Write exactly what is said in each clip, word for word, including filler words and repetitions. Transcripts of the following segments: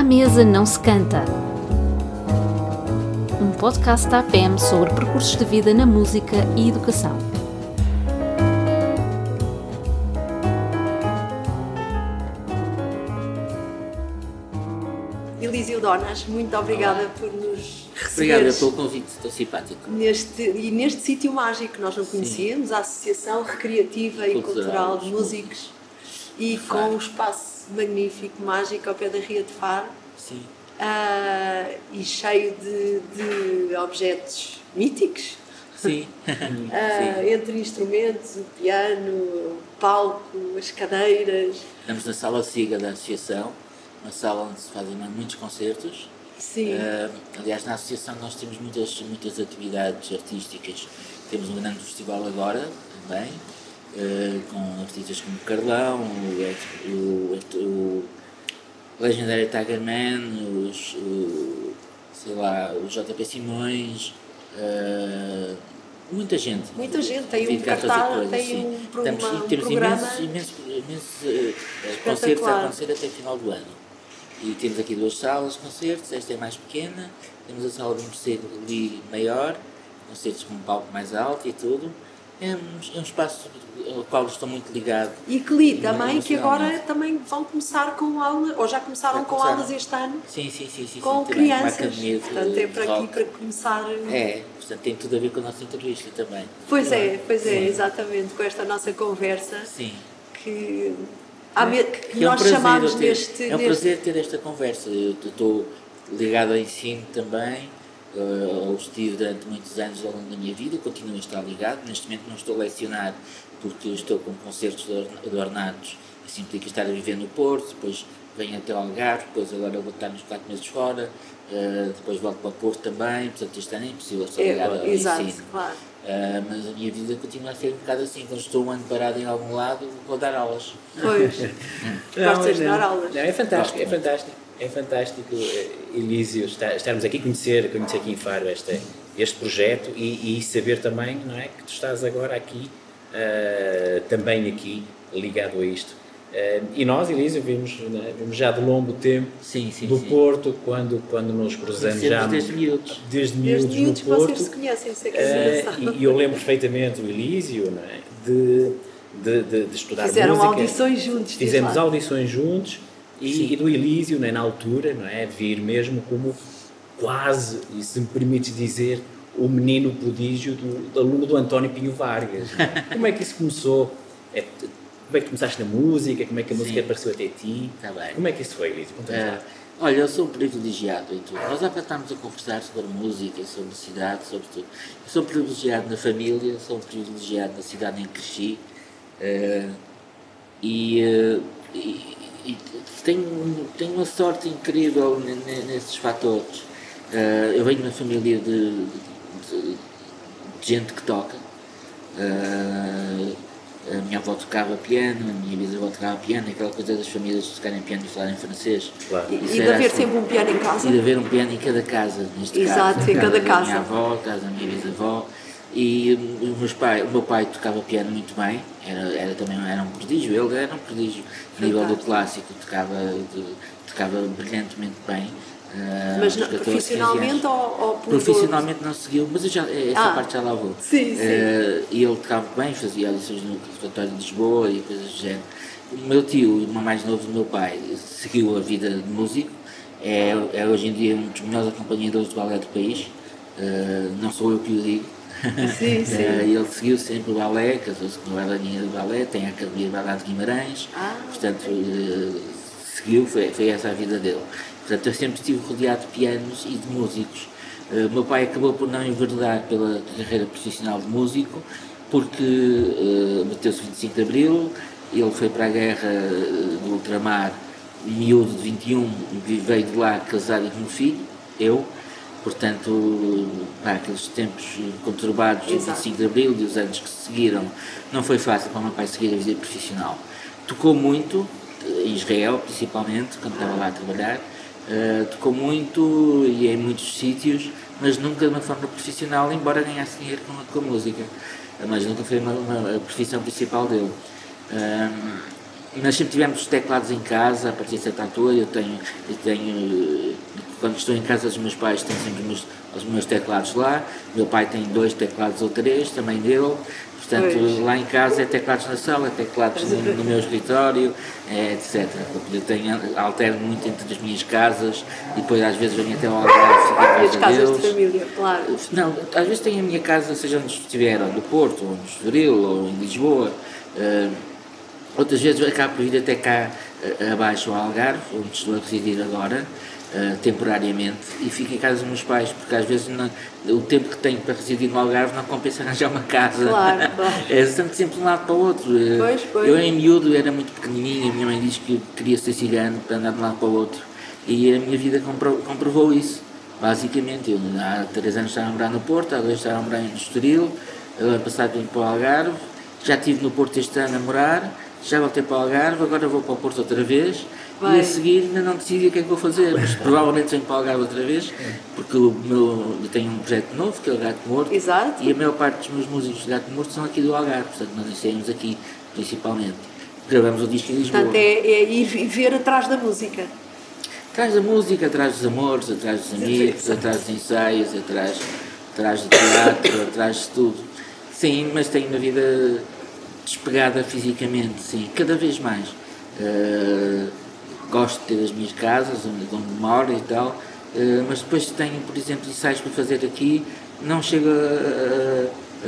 mesa não se canta. Um podcast da A P E M sobre percursos de vida na música e educação. Elísio Donas, muito obrigada Olá. por nos receber. Obrigada pelo convite, estou simpático. Neste, e neste sítio mágico que nós não conhecíamos, Sim. a Associação Recreativa e Cultural de Músicos, e com um espaço magnífico, mágico, ao pé da Ria de Faro. Sim. Uh, e cheio de, de objetos míticos. Sim. uh, Sim. Entre instrumentos, o piano, o palco, as cadeiras. Estamos na Sala Siga da Associação, uma sala onde se fazem muitos concertos. Sim. Uh, aliás, na Associação nós temos muitas, muitas atividades artísticas. Temos um grande festival agora também, uh, com artistas como Carlão, o, o, o Legendary Tiger Man, os, o, sei lá, o J P Simões, uh, muita gente. Muita gente, tem um cartaz, tem assim. um, pro, Temos, uma, um temos programa imensos, imensos, imensos uh, concertos a acontecer até o final do ano. E temos aqui duas salas de concertos, esta é mais pequena, temos a sala de um Mercedes ali maior, concertos com um palco mais alto e tudo. É um, é um espaço ao qual estou muito ligado. E que li também, que agora também vão começar com aulas, ou já começaram já com aulas este ano, sim, sim, sim, sim, com sim, crianças, de, portanto é para aqui para começar... É, portanto tem tudo a ver com a nossa entrevista também. Pois é, pois é, exatamente, com esta nossa conversa. Sim. Que, há me... que é um nós chamamos ter, neste... É um neste... prazer ter esta conversa, eu estou ligado ao ensino também. Eu estive durante muitos anos ao longo da minha vida, continuo a estar ligado. Neste momento não estou a lecionar porque estou com concertos de ornatos, assim implica estar a viver no Porto, depois venho até ao Algarve, depois agora vou estar nos quatro meses fora, uh, depois volto para o Porto também, portanto este ano é impossível estar ligado ao exato, ensino. Claro. Uh, mas a minha vida continua a ser um bocado assim, quando estou um ano parado em algum lado, vou dar aulas. Pois, gostas de dar aulas? Não, é fantástico, é fantástico. É fantástico, Elísio, estarmos aqui, conhecer, conhecer aqui em Faro este, este projeto e, e saber também, não é, que tu estás agora aqui, uh, também aqui, ligado a isto. Uh, e nós, Elísio, vimos, né, vimos já de longo tempo sim, sim, do sim. Porto, quando, quando nos cruzamos já... Desde miúdos. Desde miúdos, desde miúdos no Porto. Vocês se conhecem, sei que uh, E eu lembro perfeitamente o Elísio, não é, de, de, de, de estudar Fizeram música. Fizeram audições juntos. Fizemos audições juntos. E, e do Elísio, né, na altura, não é, vir mesmo como quase, e se me permites dizer, o menino prodígio do, do aluno do António Pinho Vargas. Como é que isso começou? É, como é que começaste na música? Como é que a música Sim. apareceu até ti? Tá bem. Como é que isso foi, Elísio? É, olha, eu sou um privilegiado em tudo. Nós já estamos a conversar sobre música, sobre a cidade, sobre tudo. Eu sou privilegiado na família, sou um privilegiado na cidade em que cresci. Uh, e... Uh, e E tenho, tenho uma sorte incrível nesses fatores. Uh, eu venho de uma família de, de, de gente que toca. Uh, a minha avó tocava piano, a minha bisavó tocava piano, aquela coisa das famílias de tocarem piano e falarem francês. Claro. E, e de haver assim, sempre um piano em casa. E de haver um piano em cada casa, neste Exato, caso. em cada casa. casa. A minha avó, a casa da minha bisavó. E o, meus pai, o meu pai tocava piano muito bem, era, era também era um prodígio, ele era um prodígio a nível do clássico, tocava, de, tocava brilhantemente bem. Uh, mas não, profissionalmente ou, ou por Profissionalmente outro? Não seguiu, mas eu já, essa ah, parte já lá vou. Sim, sim. Uh, e ele tocava bem, fazia audições no Conservatório de Lisboa e coisas do género. O meu tio, o irmão mais novo do meu pai, seguiu a vida de músico, é, é hoje em dia um dos melhores acompanhadores do balé do país, uh, não sou eu que o digo. Sim, sim. Uh, ele seguiu sempre o balé, casou-se com uma bailarina de balé, tem a Academia de Balé de Guimarães, ah, portanto, uh, seguiu, foi, foi essa a vida dele. Portanto, eu sempre estive rodeado de pianos e de músicos. O uh, meu pai acabou por não enverdar pela carreira profissional de músico, porque uh, bateu-se vinte e cinco de Abril, ele foi para a guerra do ultramar, miúdo de vinte e um, veio de lá casado e com um filho, eu. Portanto, pá, aqueles tempos conturbados do vinte e cinco de Abril e os anos que se seguiram, não foi fácil para o meu pai seguir a vida profissional. Tocou muito, em Israel principalmente, quando estava lá a trabalhar, uh, tocou muito e em muitos sítios, mas nunca de uma forma profissional, embora ganhasse dinheiro com a, com a música. Mas nunca foi uma, uma, a profissão principal dele. Um, Nós sempre tivemos os teclados em casa, a partir de certa altura. Eu tenho, eu tenho, quando estou em casa dos meus pais, tenho sempre os meus, os meus teclados lá. Meu pai tem dois teclados ou três, também dele. Portanto, pois. Lá em casa é teclados na sala, é teclados no, no meu escritório, é, etcétera. Eu tenho, alterno muito entre as minhas casas e depois às vezes venho até ao Algarve. As casas deles. De família, claro. Não, às vezes tenho a minha casa, seja onde estiver, ou no Porto, ou no Estoril, ou em Lisboa. Uh, outras vezes acabo por ir até cá uh, abaixo ao Algarve, onde estou a residir agora. Uh, temporariamente, e fico em casa dos meus pais, porque às vezes não, o tempo que tenho para residir no Algarve não compensa arranjar uma casa. Claro, claro. É sempre de um lado para o outro. Pois, pois. Eu em miúdo era muito pequenininho, a minha mãe diz que eu queria ser cigano para andar de um lado para o outro, e a minha vida compro, comprovou isso. Basicamente, eu há três anos estava a morar no Porto, há dois estava a morar no Estoril, ano passado vim para o Algarve, já estive no Porto este ano a morar, já voltei para o Algarve, agora vou para o Porto outra vez. Vai. E a seguir ainda não decidi o que é que vou fazer, mas provavelmente venho para o Algarve outra vez, porque o meu, eu tenho um projeto novo, que é o Gato Morto. Exato. E a maior parte dos meus músicos de Gato Morto são aqui do Algarve, portanto nós ensaiamos aqui principalmente. Gravamos o disco em Lisboa. Portanto é, é ir ver atrás da música. Atrás da música, atrás dos amores, atrás dos amigos, atrás dos ensaios, atrás, atrás do teatro, atrás de tudo. Sim, mas tenho uma vida despegada fisicamente, sim, cada vez mais. Uh, Gosto de ter as minhas casas, onde, onde moro e tal, uh, mas depois tenho, por exemplo, ensaios para fazer aqui, não chego a, a,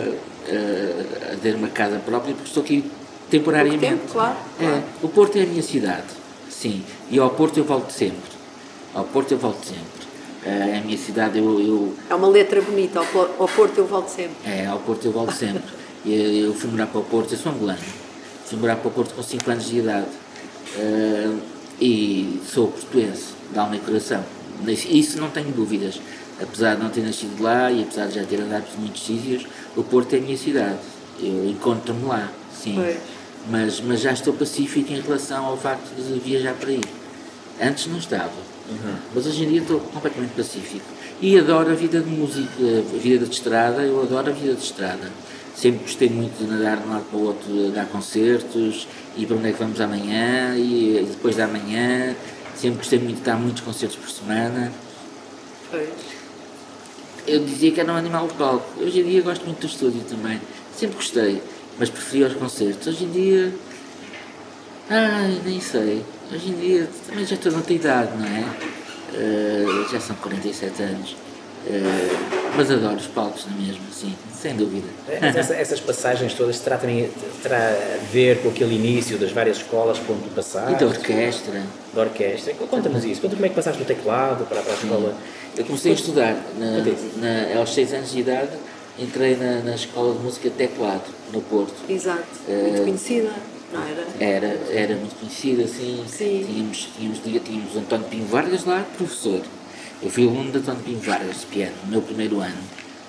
a, a ter uma casa própria, porque estou aqui temporariamente. Tempo, claro, claro. É, o Porto é a minha cidade, sim, e ao Porto eu volto sempre, ao Porto eu volto sempre. Uh, é a minha cidade, eu, eu... É uma letra bonita, ao, ao Porto eu volto sempre. É, ao Porto eu volto sempre. eu, eu fui morar para o Porto, eu sou angolano, fui morar para o Porto com cinco anos de idade. Uh, e sou portuense, de alma e coração, isso não tenho dúvidas, apesar de não ter nascido lá e apesar de já ter andado por muitos sítios, o Porto é a minha cidade, eu encontro-me lá, sim, mas, mas já estou pacífico em relação ao facto de viajar para aí. Antes não estava, uhum. Mas hoje em dia estou completamente pacífico e adoro a vida de música, a vida de estrada, eu adoro a vida de estrada. Sempre gostei muito de nadar de um lado para o outro, dar concertos, ir para onde é que vamos amanhã, e depois da manhã. Sempre gostei muito de dar muitos concertos por semana. Pois. Eu dizia que era um animal de palco. Hoje em dia gosto muito do estúdio também. Sempre gostei, mas preferia os concertos. Hoje em dia... Ai, nem sei. Hoje em dia também já estou noutra idade, não é? Uh, já são quarenta e sete anos. Uh, mas adoro os palcos na mesma, sim, sem dúvida. Mas essa, essas passagens todas terá, também, terá a ver com aquele início das várias escolas por onde tu passaste? E da orquestra. Da orquestra. Conta-nos isso, conta como é que passaste do teclado para, para a escola. Eu comecei a estudar, na, na, aos seis anos de idade, entrei na, na escola de música de teclado, no Porto. Exato, muito uh, conhecida, não era? Era, era muito conhecida, sim. Sim. Tínhamos, tínhamos, tínhamos o António Pinho Vargas lá, professor. Eu fui aluno de António Pinho Vargas de piano, no meu primeiro ano,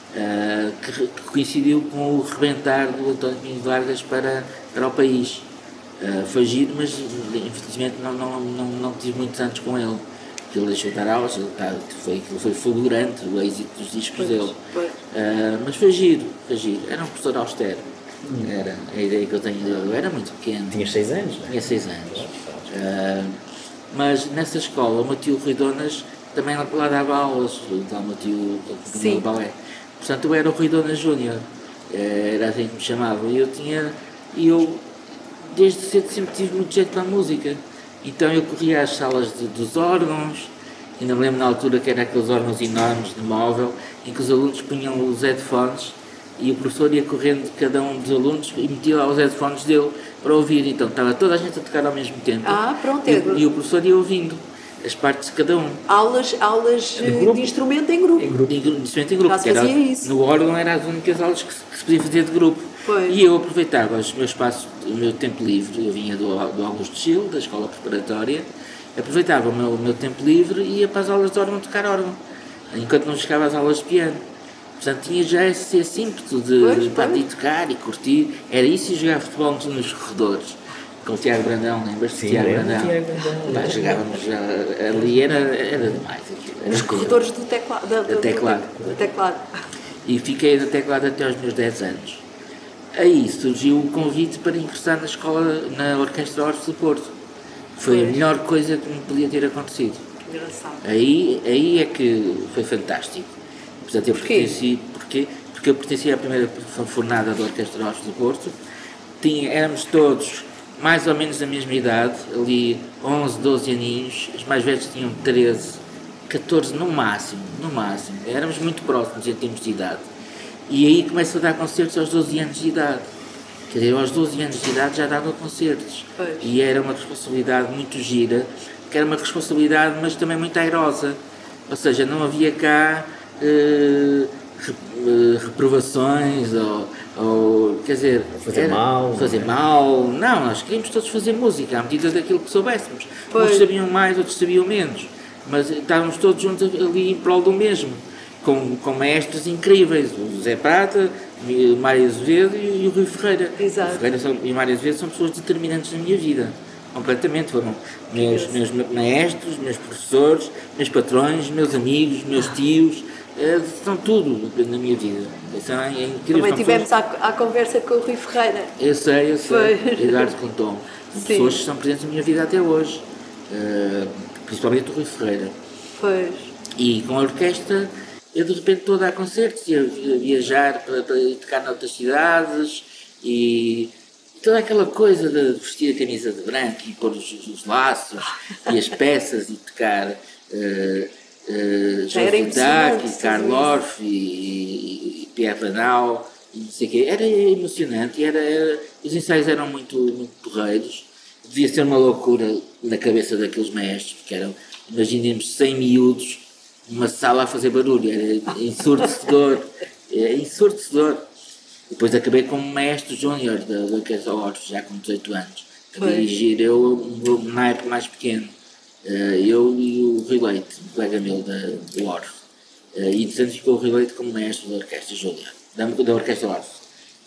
uh, que, que coincidiu com o rebentar do António Pinho Vargas para, para o país. Uh, foi giro, mas infelizmente não, não, não, não tive muitos anos com ele. Ele deixou de dar aulas, ele, tá, foi, foi fulgurante o êxito dos discos pois, dele. Pois. Uh, mas foi giro, foi giro. Era um professor austero. Hum. Era a ideia que eu tenho dele. Eu era muito pequeno. Tinha seis anos? Não é? Tinha seis anos. Uh, mas nessa escola, o meu tio Rui Donas também lá, lá dava aulas, o tal meu tio do balé. Portanto, eu era o Rui Donas Júnior, era assim que me chamavam. E eu tinha, e eu desde cedo sempre tive muito jeito para a música. Então eu corria às salas de, dos órgãos, ainda me lembro na altura que eram aqueles órgãos enormes de móvel, em que os alunos punham os headphones e o professor ia correndo de cada um dos alunos e metia lá os headphones dele para ouvir. Então estava toda a gente a tocar ao mesmo tempo. Ah, pronto, e, e o professor ia ouvindo as partes de cada um. Aulas, aulas de, de instrumento em grupo. Em grupo. De, de instrumento em grupo. Já se fazia era, isso. No órgão eram as únicas aulas que se, que se podia fazer de grupo. Pois. E eu aproveitava os meus espaços, o meu tempo livre, eu vinha do, do Augusto Chile, da escola preparatória, aproveitava o meu, o meu tempo livre e ia para as aulas de órgão tocar órgão, enquanto não chegava às aulas de piano. Portanto, tinha já esse, esse ímpeto de, pois, para pois. de tocar e curtir. Era isso e jogar futebol nos corredores. Com o Tiago Brandão, lembras-te de Tiago Brandão? Lá jogávamos, ali era, era demais. Era nos corredores do teclado. Da, do teclado. Do teclado. E fiquei no teclado até aos meus dez anos. Aí surgiu o convite para ingressar na escola, na Orquestra Orfeos do Porto. Foi a melhor coisa que me podia ter acontecido. Engraçado. Aí, aí é que foi fantástico. Portanto, eu Porquê? pertenci, porque, porque eu pertencia à primeira fornada da Orquestra Orfeos do Porto. Tinha, éramos todos mais ou menos da mesma idade, ali onze, doze aninhos, os mais velhos tinham treze, catorze no máximo, no máximo. Éramos muito próximos em termos de idade. E aí começo a dar concertos aos doze anos de idade. Quer dizer, aos doze anos de idade já dava concertos. Pois. E era uma responsabilidade muito gira, que era uma responsabilidade, mas também muito airosa. Ou seja, não havia cá eh, reprovações ou, ou quer dizer... Fazer era, mal. Fazer mal. Não, nós queríamos todos fazer música à medida daquilo que soubéssemos. Pois. Uns sabiam mais, outros sabiam menos. Mas estávamos todos juntos ali em prol do mesmo. Com, com maestros incríveis, o Zé Prata, o Mário Azevedo e, e o Rui Ferreira. Exato. O Ferreira são, e o Mário Azevedo são pessoas determinantes na minha vida, completamente. Foram meus, meus maestros, meus professores, meus patrões, meus amigos, meus tios, é, são tudo na minha vida. São, é incrível. Também são tivemos pessoas, a, a conversa com o Rui Ferreira. eu sei, eu sei, Foi. Eduardo Contom. São Sim. pessoas que estão presentes na minha vida até hoje, uh, principalmente o Rui Ferreira. Pois. E com a orquestra, eu de repente estou a dar concertos, ia viajar para, para ir tocar noutras cidades e toda aquela coisa de vestir a camisa de branco e pôr os, os laços e as peças e tocar uh, uh, Já era José Dac e emocionante, Carl sabe? Orff e, e, e Pierre Banal e não sei o quê. Era emocionante e era, era, os ensaios eram muito, muito porreiros. Devia ser uma loucura na cabeça daqueles maestros, porque eram, imaginemos, cem miúdos numa sala a fazer barulho, era ensurdecedor, era ensurdecedor. Depois acabei como maestro júnior da Orquestra Orfeos, já com dezoito anos, a Foi. dirigir eu um grupo naipe mais pequeno, eu e o Rui Leite, um colega meu da, do Orfeos, e entretanto ficou o Rui Leite como maestro da Orquestra Júnior, da, da Orquestra Orfeos.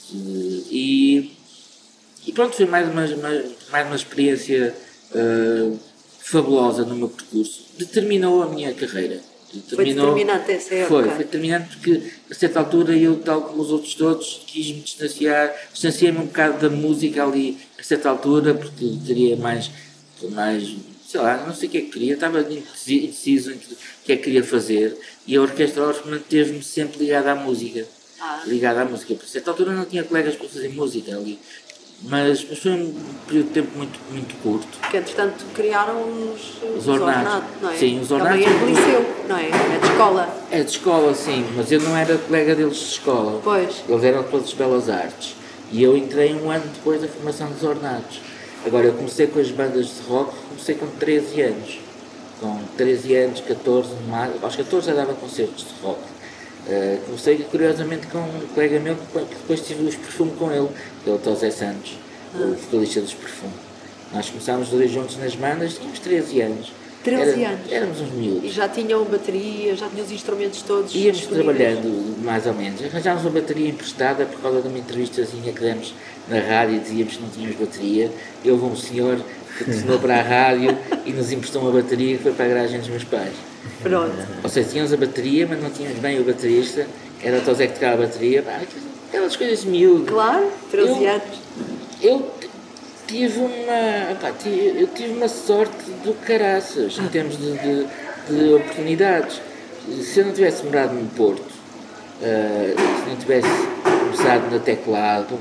E, e pronto, foi mais uma, mais, mais uma experiência uh, fabulosa no meu percurso, determinou a minha carreira. Foi determinante essa época. Foi, foi determinante porque a certa altura eu, tal como os outros todos, quis-me distanciar, distanciei-me um bocado da música ali a certa altura, porque queria mais, mais, sei lá, não sei o que é que queria, estava indeciso em o que é que queria fazer e a Orquestra Orfeos manteve-me sempre ligada à música, Ah. ligada à música, porque a certa altura eu não tinha colegas para fazer música ali. Mas, mas foi um período de tempo muito, muito curto. Que entretanto criaram os, Os ornatos. ornatos, não é? Sim, os ornatos. Também é de liceu, não é? É de escola. É de escola, sim, mas eu não era colega deles de escola. Pois. Eles eram todos de Belas Artes. E eu entrei um ano depois da formação dos ornatos. Agora, eu comecei com as bandas de rock, comecei com treze anos. Com treze anos, catorze, aos catorze já dava concertos de rock. Uh, comecei curiosamente com um colega meu que depois tive os Perfume com ele, que é o Tosé Santos, ah. o vocalista dos Perfume. Nós começámos dois juntos nas bandas, tínhamos treze anos. treze Era, anos? Éramos uns miúdos. E já tinham bateria, já tinham os instrumentos todos. Íamos disponíveis? trabalhando, mais ou menos. Arranjámos uma bateria emprestada por causa de uma entrevistazinha que demos na rádio e dizíamos que não tínhamos bateria. E houve um senhor que telefonou para a rádio e nos emprestou uma bateria que foi para a garagem dos meus pais. Pronto. Ou seja, tínhamos a bateria, mas não tínhamos bem o baterista, era o Tosé que tocava a bateria, pá, aquelas coisas miúdas. Claro, treze eu, anos. Eu tive uma, pá, tive, eu tive uma sorte do caraças em termos de, de, de oportunidades. Se eu não tivesse morado no Porto, uh, se não tivesse começado no teclado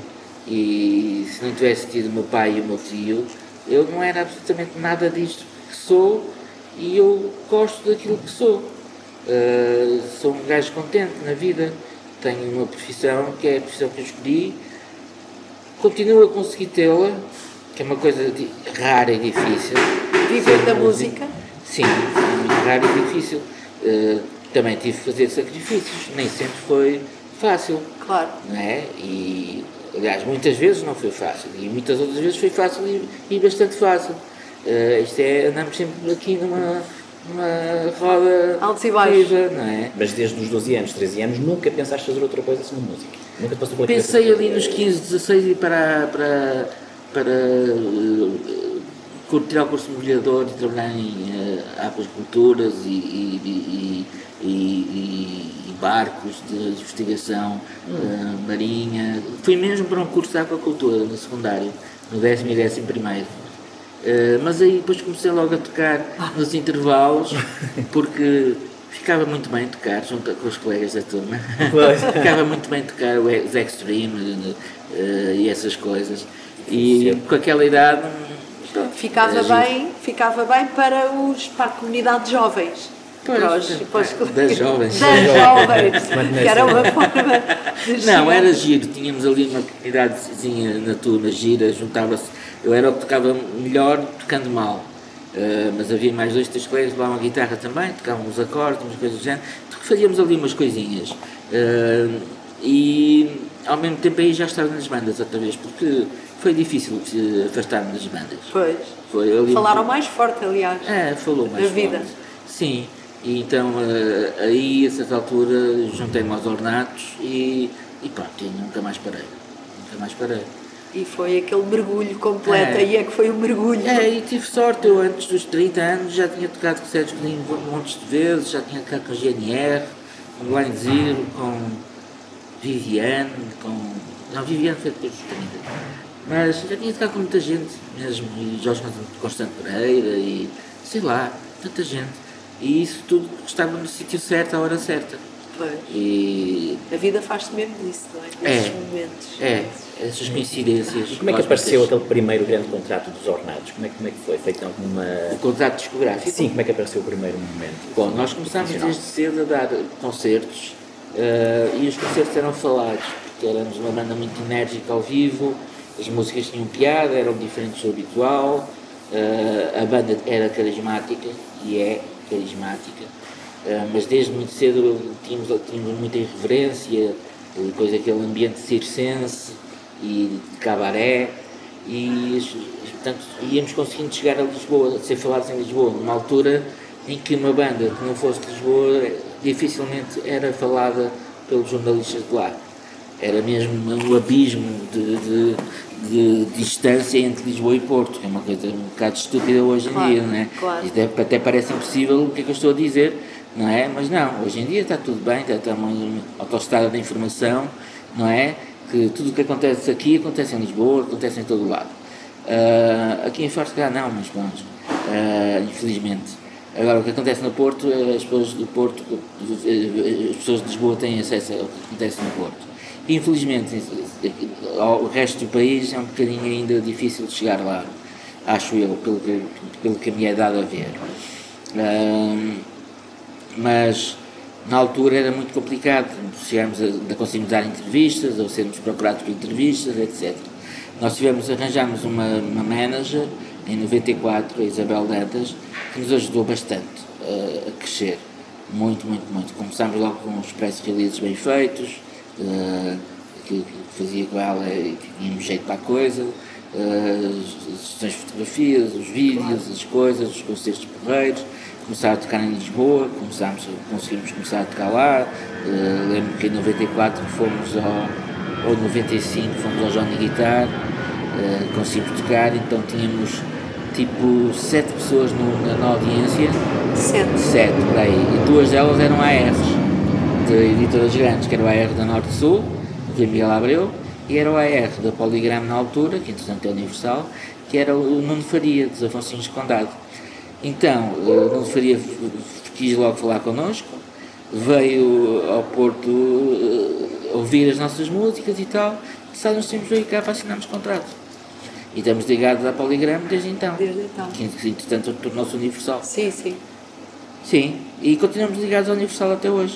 e se não tivesse tido o meu pai e o meu tio, eu não era absolutamente nada disto que sou. E eu gosto daquilo que sou. Uh, sou um gajo contente na vida. Tenho uma profissão que é a profissão que eu escolhi. Continuo a conseguir tê-la, que é uma coisa de, rara e difícil. Viver da música? Sim, é muito raro e difícil. Uh, também tive que fazer sacrifícios. Nem sempre foi fácil. Claro. Não é? E, aliás, muitas vezes não foi fácil. E muitas outras vezes foi fácil e, e bastante fácil. Uh, isto é, andamos sempre aqui numa, numa roda altos e baixos, viva, não é? Mas desde os doze anos, treze anos, nunca pensaste fazer outra coisa senão música? Nunca te passou pela Pensei cabeça? ali nos quinze, dezasseis e para, para, para uh, tirar o curso de mergulhador e trabalhar em uh, aquaculturas e, e, e, e, e, e barcos de investigação hum. uh, marinha. Fui mesmo para um curso de aquacultura no secundário, no décimo e décimo primeiro. Uh, mas aí depois comecei logo a tocar nos intervalos, porque ficava muito bem tocar junto com os colegas da turma. Ficava muito bem tocar os Extreme uh, e essas coisas. E Sim. com aquela idade ficava bem, ficava bem para, os, para a comunidade de jovens. Pois, para os, para os, das jovens. Das jovens, que era uma forma de Não, chegar. era giro, tínhamos ali uma comunidadezinha na turma, gira, juntava-se. Eu era o que tocava melhor tocando mal, uh, mas havia mais dois, três colegas que levavam a guitarra também, tocavam uns acordes, umas coisas do género, fazíamos ali umas coisinhas. Uh, e ao mesmo tempo aí já estava nas bandas outra vez, porque foi difícil afastar-me das bandas. Pois. Foi ali Falaram um... mais forte, aliás. É, falou mais da forte. vida. Sim, e então uh, aí a certa altura juntei-me aos ornatos e, e pronto, e nunca mais parei. Nunca mais parei. E foi aquele mergulho completo, É. aí é que foi o mergulho. É, e tive sorte, eu antes dos trinta anos já tinha tocado com Sérgio Godinho montes de vezes, já tinha tocado com G N R, com Blind Zero, com Viviane, com... Não, Viviane foi depois dos trinta. Mas já tinha tocado com muita gente mesmo, e Jorge Constante Pereira, e sei lá, tanta gente. E isso tudo estava no sítio certo, à hora certa. Pois. E... A vida faz-se mesmo disso, não é? Nesses É, momentos. é, essas coincidências. E como é que apareceu aquele primeiro grande contrato dos Ornados? Como é, como é que foi? Feito alguma... O contrato discográfico? Sim, como é que apareceu o primeiro momento? Bom, nós começámos desde cedo a dar concertos uh, e os concertos eram falados, porque éramos uma banda muito enérgica ao vivo, as músicas tinham piada, eram diferentes do habitual, uh, a banda era carismática e é carismática, uh, mas desde muito cedo tínhamos, tínhamos muita irreverência, depois aquele ambiente circense e de cabaré, e portanto íamos conseguindo chegar a Lisboa, a ser falados em Lisboa, numa altura em que uma banda que não fosse de Lisboa dificilmente era falada pelos jornalistas de lá. Era mesmo um abismo de, de, de, de distância entre Lisboa e Porto, que é uma coisa um bocado estúpida hoje em claro, dia, não é? Claro. Isto é, até parece impossível o que é que eu estou a dizer, não é? Mas não, hoje em dia está tudo bem, está, está uma autoestrada da informação, não é? Que tudo o que acontece aqui acontece em Lisboa, acontece em todo o lado. Uh, aqui em Faro, não, mas bom, uh, infelizmente. Agora, o que acontece no Porto, as pessoas do Porto, as pessoas de Lisboa têm acesso ao que acontece no Porto. E, infelizmente, o resto do país é um bocadinho ainda difícil de chegar lá, acho eu, pelo que, pelo que me é dado a ver. Um, mas, na altura, era muito complicado chegarmos a, a conseguirmos dar entrevistas, ou sermos procurados por entrevistas, etcétera. Nós tivemos, arranjámos uma, uma manager, em noventa e quatro, a Isabel Dantas, que nos ajudou bastante uh, a crescer, muito, muito, muito. Começámos logo com os press releases bem feitos, uh, que, que fazia com ela e tínhamos jeito para a coisa, uh, as sessões de fotografias, os vídeos, as coisas, os concertos porreiros. Começar a tocar em Lisboa, começámos, conseguimos começar a tocar lá. Uh, lembro que em noventa e quatro fomos ao, ou noventa e cinco fomos ao Johnny Guitar, uh, conseguimos tocar, então tínhamos tipo sete pessoas no, na, na audiência. Sete. Sete, por aí. E duas delas eram A Rs de editoras grandes, que era o A R da Norte Sul, de Miguel Abreu, e era o A R da Polygram na altura, que entretanto é Universal, que era o Nuno Faria, dos Afonsinhos de Condado. Então, o Nuno Faria quis logo falar connosco, veio ao Porto uh, ouvir as nossas músicas e tal, e só nós temos veio cá para assinarmos contrato. E estamos ligados à Polygram desde então. Desde então. Que entretanto tornou-se Universal. Sim, sim. Sim, e continuamos ligados ao Universal até hoje.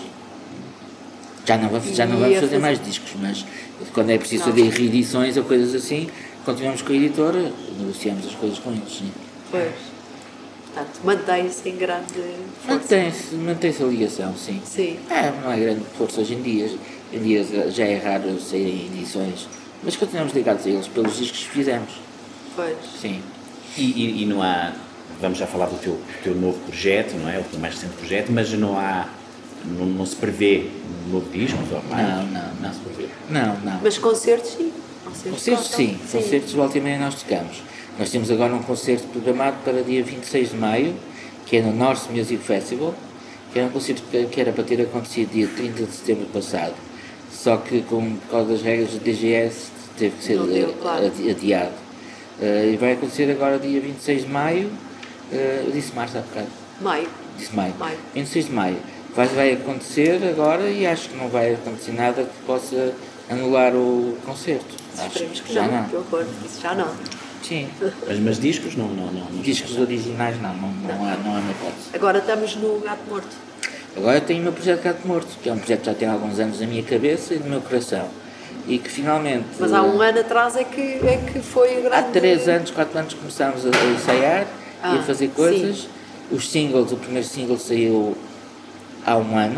Já não vamos, já não vamos fazer mais discos, mas quando é preciso fazer reedições ou coisas assim, continuamos com a editora, negociamos as coisas com eles, sim. Pois. Portanto, mantém-se em grande força. Mantém-se, mantém-se a ligação, sim. Sim. É, não é grande força hoje em dia. Hoje em dia já é raro saírem edições, mas continuamos ligados a eles pelos discos que fizemos. Pois. Sim. E, e, e não há, vamos já falar do teu, do teu novo projeto, não é? O teu mais recente projeto, mas não há, não, não se prevê um novo disco? Não, não, não, não se prevê. Não, não. Mas concertos, sim. Concertos, sim. Sim. Concertos, volta e meia nós tocamos. Nós temos agora um concerto programado para dia vinte e seis de maio, que é no North Music Festival, que era um concerto que era para ter acontecido dia trinta de setembro passado, só que com, por causa das regras do D G S teve que ser deu, claro. adiado. Uh, e vai acontecer agora dia vinte e seis de maio, uh, eu disse março há bocado. Maio. Disse maio. maio. vinte e seis de maio. Vai, vai acontecer agora e acho que não vai acontecer nada que possa anular o concerto. Esperemos que já não, que horror, isso já não. Sim. Mas, mas discos não, não, não, não. Discos originais não, não, não, não. Há, não há uma hipótese. Agora estamos no Gato Morto. Agora tenho o meu projeto Gato Morto, que é um projeto que já tem alguns anos na minha cabeça e no meu coração. E que finalmente... Mas há um ano atrás é que, é que foi grande... Há três anos, quatro anos começámos a, a ensaiar ah, e a fazer coisas. Sim. Os singles, o primeiro single saiu há um ano.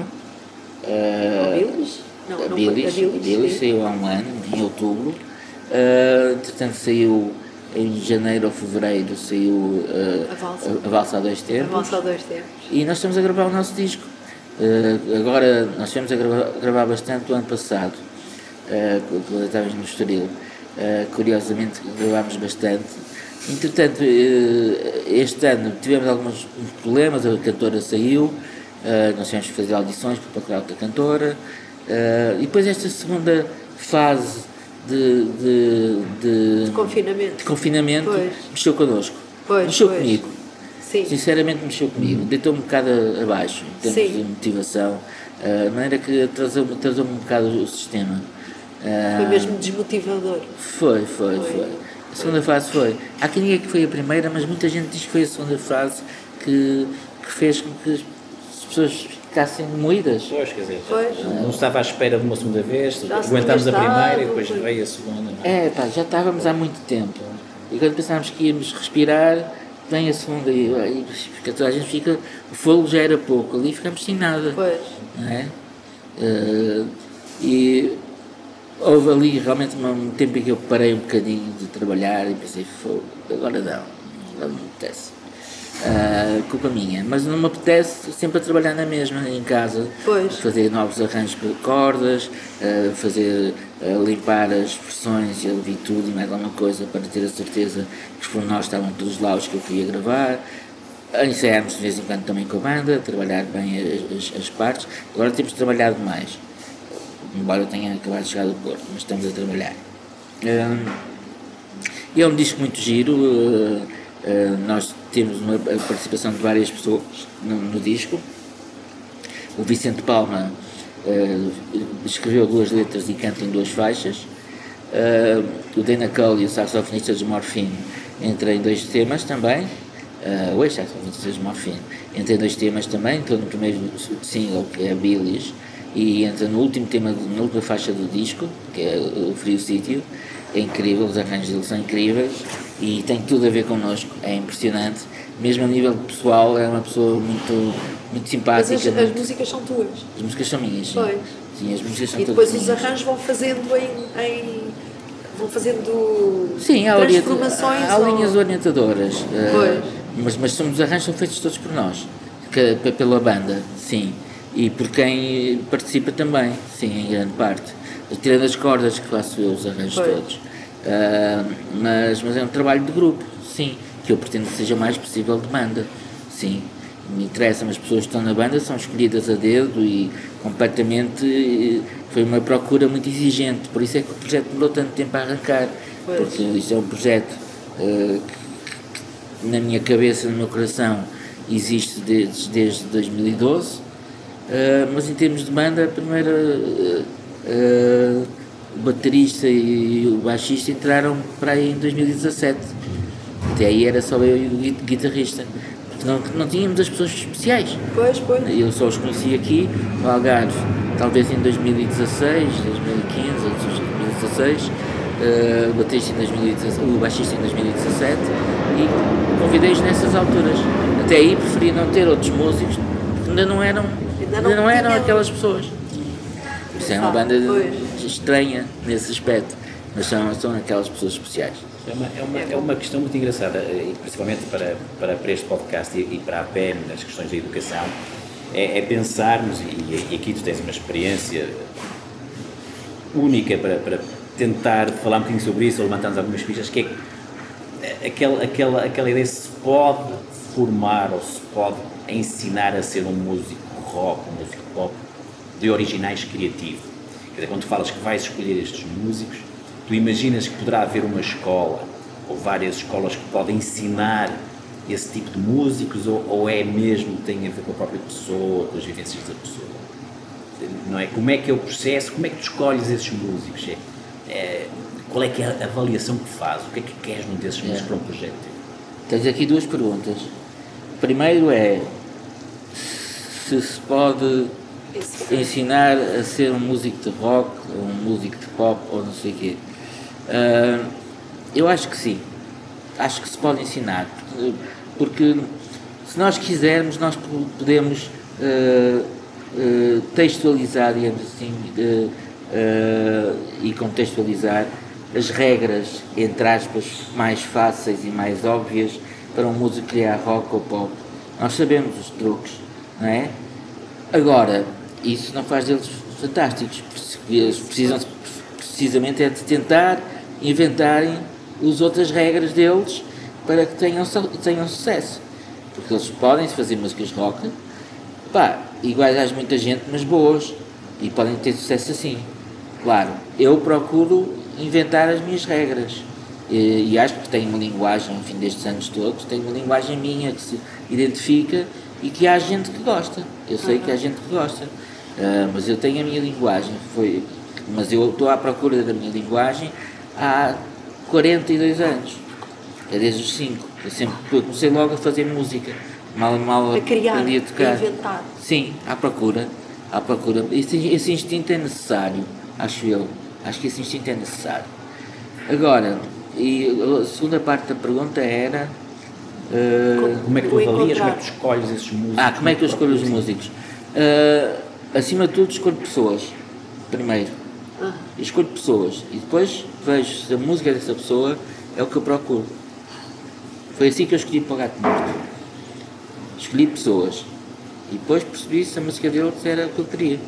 Uh, o Billis? Não, a não Billis, foi a Billis, Billis saiu há um ano, em outubro. Uh, entretanto saiu em janeiro ou fevereiro, saiu uh, a, valsa. a, a Valsa a Dois Tempos. A Valsa a Dois Tempos. E nós estamos a gravar o nosso disco. Uh, agora, nós estivemos a gravar, gravar bastante o ano passado, uh, quando estávamos no Estoril. Uh, curiosamente gravámos bastante. Entretanto, uh, este ano tivemos alguns problemas, a cantora saiu, uh, nós tivemos que fazer audições para procurar outra cantora, uh, e depois esta segunda fase de, de, de, de confinamento, de confinamento pois. mexeu connosco, pois, mexeu pois. comigo. Sim. Sinceramente mexeu comigo, deitou-me um bocado abaixo em termos Sim. de motivação, uh, de maneira que atrasou-me atrasou um bocado o sistema. Uh, foi mesmo desmotivador. Foi, foi, foi, foi. A segunda fase foi. Há quem diga que foi a primeira, mas muita gente diz que foi a segunda fase que, que fez com que as pessoas ficassem moídas. Pois, quer dizer, pois. não estava à espera de uma segunda vez, aguentámos a primeira e depois veio a segunda. Não é? é, pá, já estávamos há muito tempo. E quando pensávamos que íamos respirar, vem a segunda e, e porque toda a gente fica, o fogo já era pouco, ali ficamos sem nada. Pois. Não é? Uh, e houve ali realmente um tempo em que eu parei um bocadinho de trabalhar e pensei, fogo, agora não, não me apetece. Uh, culpa minha, mas não me apetece sempre a trabalhar na mesma, em casa, pois. fazer novos arranjos de cordas, uh, fazer, uh, limpar as expressões e ouvir tudo e mais alguma coisa para ter a certeza que os pormenores estavam todos lá os que eu queria gravar, ensaiarmos de vez em quando também com a banda, trabalhar bem as, as, as partes. Agora temos trabalhado mais, embora eu tenha acabado de chegar do Porto, mas estamos a trabalhar. Uh, e é um disco muito giro. Uh, Uh, nós temos uma participação de várias pessoas no, no disco. O Vicente Palma uh, escreveu duas letras e canta em duas faixas. Uh, o Dana Cole e o saxofonista de Morphine entram em dois temas também. Uh, o ex-saxofonista de Morphine entra em dois temas também. Entrou no primeiro single, que é a Billis, e entra no último tema, na última faixa do disco, que é o Frio Sítio. É incrível, os arranjos dele são incríveis e tem tudo a ver connosco, é impressionante. Mesmo a nível pessoal, é uma pessoa muito, muito simpática. Mas as, muito... as músicas são tuas? As músicas são minhas, sim. Pois. Sim, as músicas são e depois todas os minhas. arranjos vão fazendo em... em vão fazendo sim, há transformações. Há ou... linhas orientadoras, pois. uh, mas, mas somos, os arranjos são feitos todos por nós, que, pela banda, sim. E por quem participa também, sim, em grande parte. Tirando as cordas que faço eu, os arranjos pois. todos. Uh, mas, mas é um trabalho de grupo, sim, que eu pretendo que seja o mais possível de banda, sim. Me interessa, mas as pessoas que estão na banda são escolhidas a dedo e completamente. Foi uma procura muito exigente, por isso é que o projeto demorou tanto tempo a arrancar, pois. Porque isto é um projeto uh, que, que na minha cabeça, no meu coração, existe desde, desde dois mil e doze, uh, mas em termos de banda, a primeira. Uh, uh, o baterista e o baixista entraram para aí em dois mil e dezassete. Até aí era só eu e o guitarrista. Porque não, não tínhamos as pessoas especiais. Pois, pois. Eu só os conheci aqui, no Algarve, talvez em dois mil e dezasseis, dois mil e quinze, ou dois mil e dezasseis. Uh, o baterista em dois mil e dezasseis, o baixista em dois mil e dezassete. E convidei-os nessas alturas. Até aí preferia não ter outros músicos, porque ainda não eram, ainda não, ainda não eram aquelas pessoas. Isso é uma banda estranha nesse aspecto, mas são, são aquelas pessoas especiais. É uma, é uma, é uma questão muito engraçada, principalmente para, para, para este podcast e, e para a P E M, nas questões da educação, é, é pensarmos, e, e aqui tu tens uma experiência única para, para tentar falar um bocadinho sobre isso, ou levantarmos algumas fichas, que é aquela, aquela, aquela ideia se pode formar ou se pode ensinar a ser um músico rock, um músico pop de originais criativo. Quer dizer, quando tu falas que vais escolher estes músicos, tu imaginas que poderá haver uma escola ou várias escolas que podem ensinar esse tipo de músicos, ou, ou é mesmo, tem a ver com a própria pessoa, com as vivências da pessoa? Não é? Como é que é o processo, como é que tu escolhes esses músicos? É, é, qual é que é a avaliação que fazes? O que é que queres num desses músicos é. para um projeto teu? Tens aqui duas perguntas. Primeiro é se se pode ensinar a ser um músico de rock, ou um músico de pop, ou não sei o quê. Uh, eu acho que sim. Acho que se pode ensinar. Porque se nós quisermos, nós podemos uh, uh, textualizar, digamos assim, uh, uh, e contextualizar as regras, entre aspas, mais fáceis e mais óbvias para um músico criar rock ou pop. Nós sabemos os truques, não é? Agora, isso não faz deles fantásticos. Eles precisam precisamente é de tentar inventarem as outras regras deles para que tenham, tenham sucesso. Porque eles podem fazer músicas rock, pá, iguais às muita gente, mas boas, e podem ter sucesso assim. Claro, eu procuro inventar as minhas regras, e, e acho que tenho uma linguagem, ao fim destes anos todos, tenho uma linguagem minha que se identifica e que há gente que gosta. Eu sei uhum. que há gente que gosta, uh, mas eu tenho a minha linguagem, foi, mas eu estou à procura da minha linguagem há quarenta e dois anos, é desde os cinco. Eu sempre eu comecei logo a fazer música, mal mal a criar, aprendi a tocar. A inventar. Sim, à procura, à procura. Esse, esse instinto é necessário, acho eu. Acho que esse instinto é necessário. Agora, e a segunda parte da pergunta era uh, como é que tu avalias, como é que tu escolhes esses músicos? Ah, como é que eu escolho os músicos? Uh, acima de tudo, escolho pessoas, primeiro. Ah. Escolho pessoas e depois vejo se a música dessa pessoa é o que eu procuro. Foi assim que eu escolhi para o Gato Morto. Escolhi pessoas e depois percebi se a música deles era o que eu queria.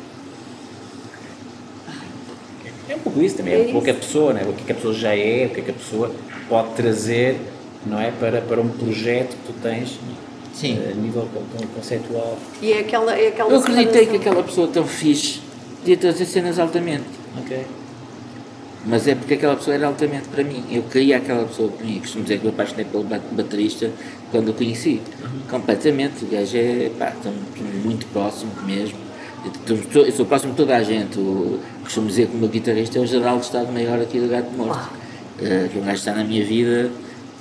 É um pouco isso também, é um pouco a pessoa, não é? O que, é que a pessoa já é, o que é que a pessoa pode trazer, não é? Para, para um projeto que tu tens. Sim. A nível conceitual. E é aquela, é aquela eu acreditei que aquela pessoa tão fixe podia trazer cenas altamente. Ok. Mas é porque aquela pessoa era altamente para mim. Eu queria aquela pessoa para mim. Eu costumo dizer que eu apaixonei pelo baterista quando o conheci. Uhum. Completamente. O gajo é, pá, estamos muito próximo mesmo. Eu sou próximo de toda a gente. Eu costumo dizer que o meu guitarrista é o General de Estado-Maior aqui do Gato Morto. Uh, que o gajo está na minha vida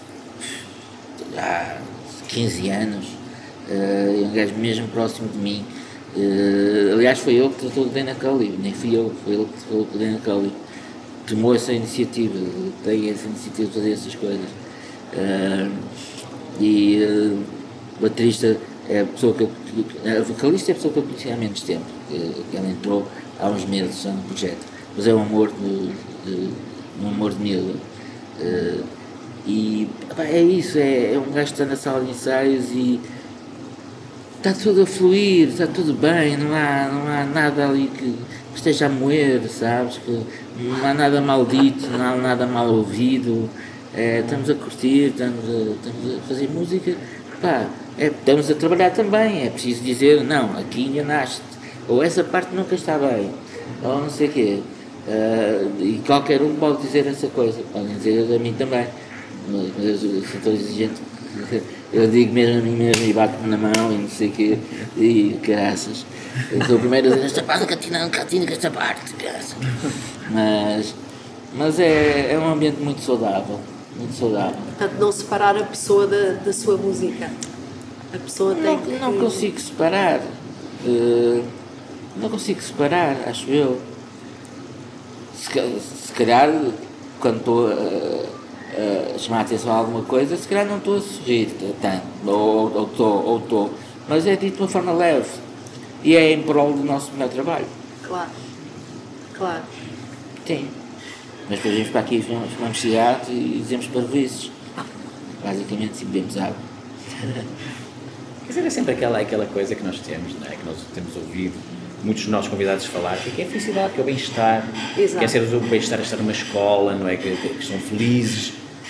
há quinze anos. Uh, é um gajo mesmo próximo de mim. Uh, aliás, foi ele que tratou de Dana Cully, nem fui eu, foi ele que tratou de Dana Cully. Tomou essa iniciativa, tem essa iniciativa de fazer essas coisas. Uh, e uh, o baterista é a pessoa que eu. A vocalista é a pessoa que eu conheci há menos tempo, que, que ela entrou há uns meses já no projeto, mas é um amor de, de, um amor de miúda. Uh, e pá, é isso, é, é um gajo que está na sala de ensaios e está tudo a fluir, está tudo bem, não há, não há nada ali que esteja a moer, sabes? Que não há nada maldito, não há nada mal ouvido, é, estamos a curtir, estamos a, estamos a fazer música, pá, é, estamos a trabalhar também, é preciso dizer, não, aqui enganaste, ou essa parte nunca está bem, ou não sei o quê, uh, e qualquer um pode dizer essa coisa, podem dizer a mim também, mas eu sou tão exigente. Eu digo mesmo a mim mesmo e bato-me na mão e não sei o quê, e caraças. Eu sou o primeiro a dizer, esta parte catina, não catina com esta parte, caraças. Mas, mas é, é um ambiente muito saudável, muito saudável. Portanto, não separar a pessoa da, da sua música. A pessoa tem não, que... Não consigo separar. Uh, não consigo separar, acho eu. Se, se calhar, quando estou a... Uh, chamar a atenção a alguma coisa, se calhar não estou a sorrir tanto, ou estou, ou estou, mas é dito de uma forma leve e é em prol do nosso melhor trabalho. Claro, claro. Sim, mas depois vimos para aqui, fumamos cigarros e dizemos parvoíces. Basicamente, sim, bebemos água. Quer dizer, é sempre aquela, aquela coisa que nós temos, não é? Que nós temos ouvido muitos dos nossos convidados falar, que é a felicidade, que é o bem-estar, que é ser o bem-estar, estar numa escola, não é? Que, que, que são felizes.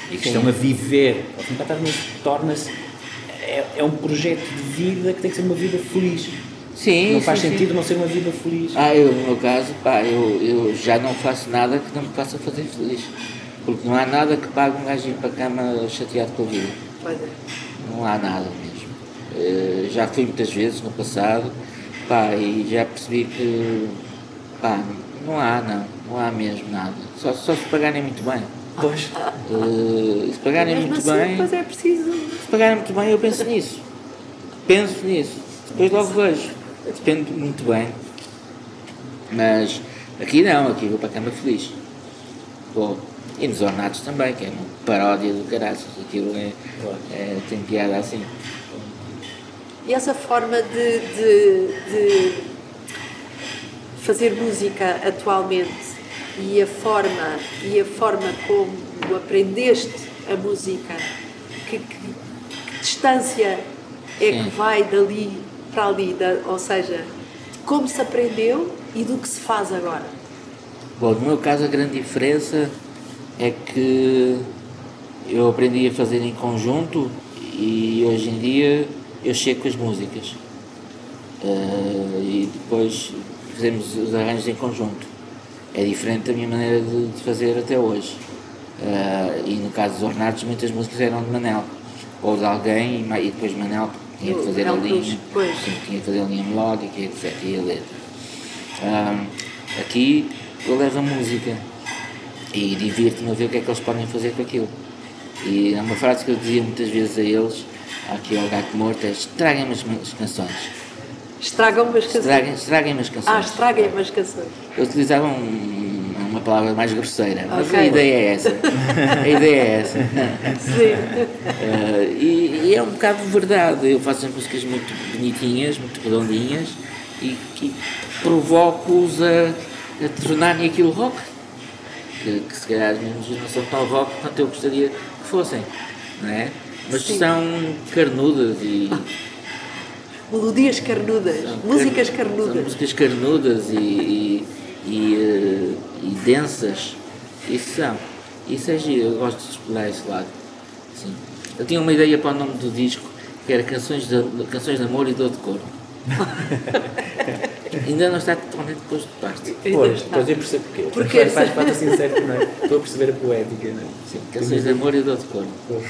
e que estão a viver, ao fim de contas, torna-se, é, é um projeto de vida que tem que ser uma vida feliz. Sim, não faz sim, sentido sim. não ser uma vida feliz. Ah, eu, no meu caso, pá, eu, eu já não faço nada que não me faça fazer feliz. Porque não há nada que pague um gajo ir para a cama chateado com a vida. Pois é. Não há nada mesmo. Uh, já fui muitas vezes no passado, pá, e já percebi que, pá, não há, não. Não há mesmo nada. Só, só se pagarem muito bem. Pois. Uh, se pagarem Mesmo muito assim, bem... depois é preciso... Se pagarem muito bem, eu penso nisso. Penso nisso. Depois logo vejo. Depende muito bem. Mas aqui não, aqui vou para a cama feliz. Vou. E nos ornatos também, que é uma paródia do caraças. Aquilo é, é, tem piada assim. E essa forma de, de, de fazer música atualmente e a forma, e a forma como aprendeste a música, que, que, que distância é Sim. que vai dali para ali, da, ou seja, como se aprendeu e do que se faz agora? Bom, no meu caso a grande diferença é que eu aprendi a fazer em conjunto e hoje em dia eu chego com as músicas uh, e depois fazemos os arranjos em conjunto. É diferente da minha maneira de, de fazer até hoje. Uh, e no caso dos ornatos muitas músicas eram de Manel ou de alguém e, e depois Manel tinha que fazer a linha, tinha que fazer a linha melódica, etcétera e a letra. Uh, aqui eu levo a música e divirto-me a ver o que é que eles podem fazer com aquilo. E é uma frase que eu dizia muitas vezes a eles, aqui ao Gato Morto, é estraguem-me as, as canções. Estragam-me as canções? Estraguem, estraguem-me as canções. Ah, estraguem-me as canções. Eu utilizava um, uma palavra mais grosseira, mas okay. a ideia é essa. A ideia é essa. Sim. Uh, e, e é um bocado verdade. Eu faço as músicas muito bonitinhas, muito redondinhas e, e provoco-os a, a tornarem aquilo rock. Que, que se calhar as minhas músicas não são tão rock quanto eu gostaria que fossem, não é? Mas Sim. são carnudas e... Melodias carnudas, são músicas car... carnudas. São músicas carnudas e, e, e, uh, e densas. Isso são. Isso é giro, eu gosto de explorar esse lado. Sim. Eu tinha uma ideia para o nome do disco, que era Canções de, canções de Amor e Dor de Cor. Ainda não está totalmente posto de parte. Pois, depois eu percebo porquê. Porque faz parte assim certo, não é? Estou a perceber a poética, não é? Sim, Canções de Amor e Dor de Cor.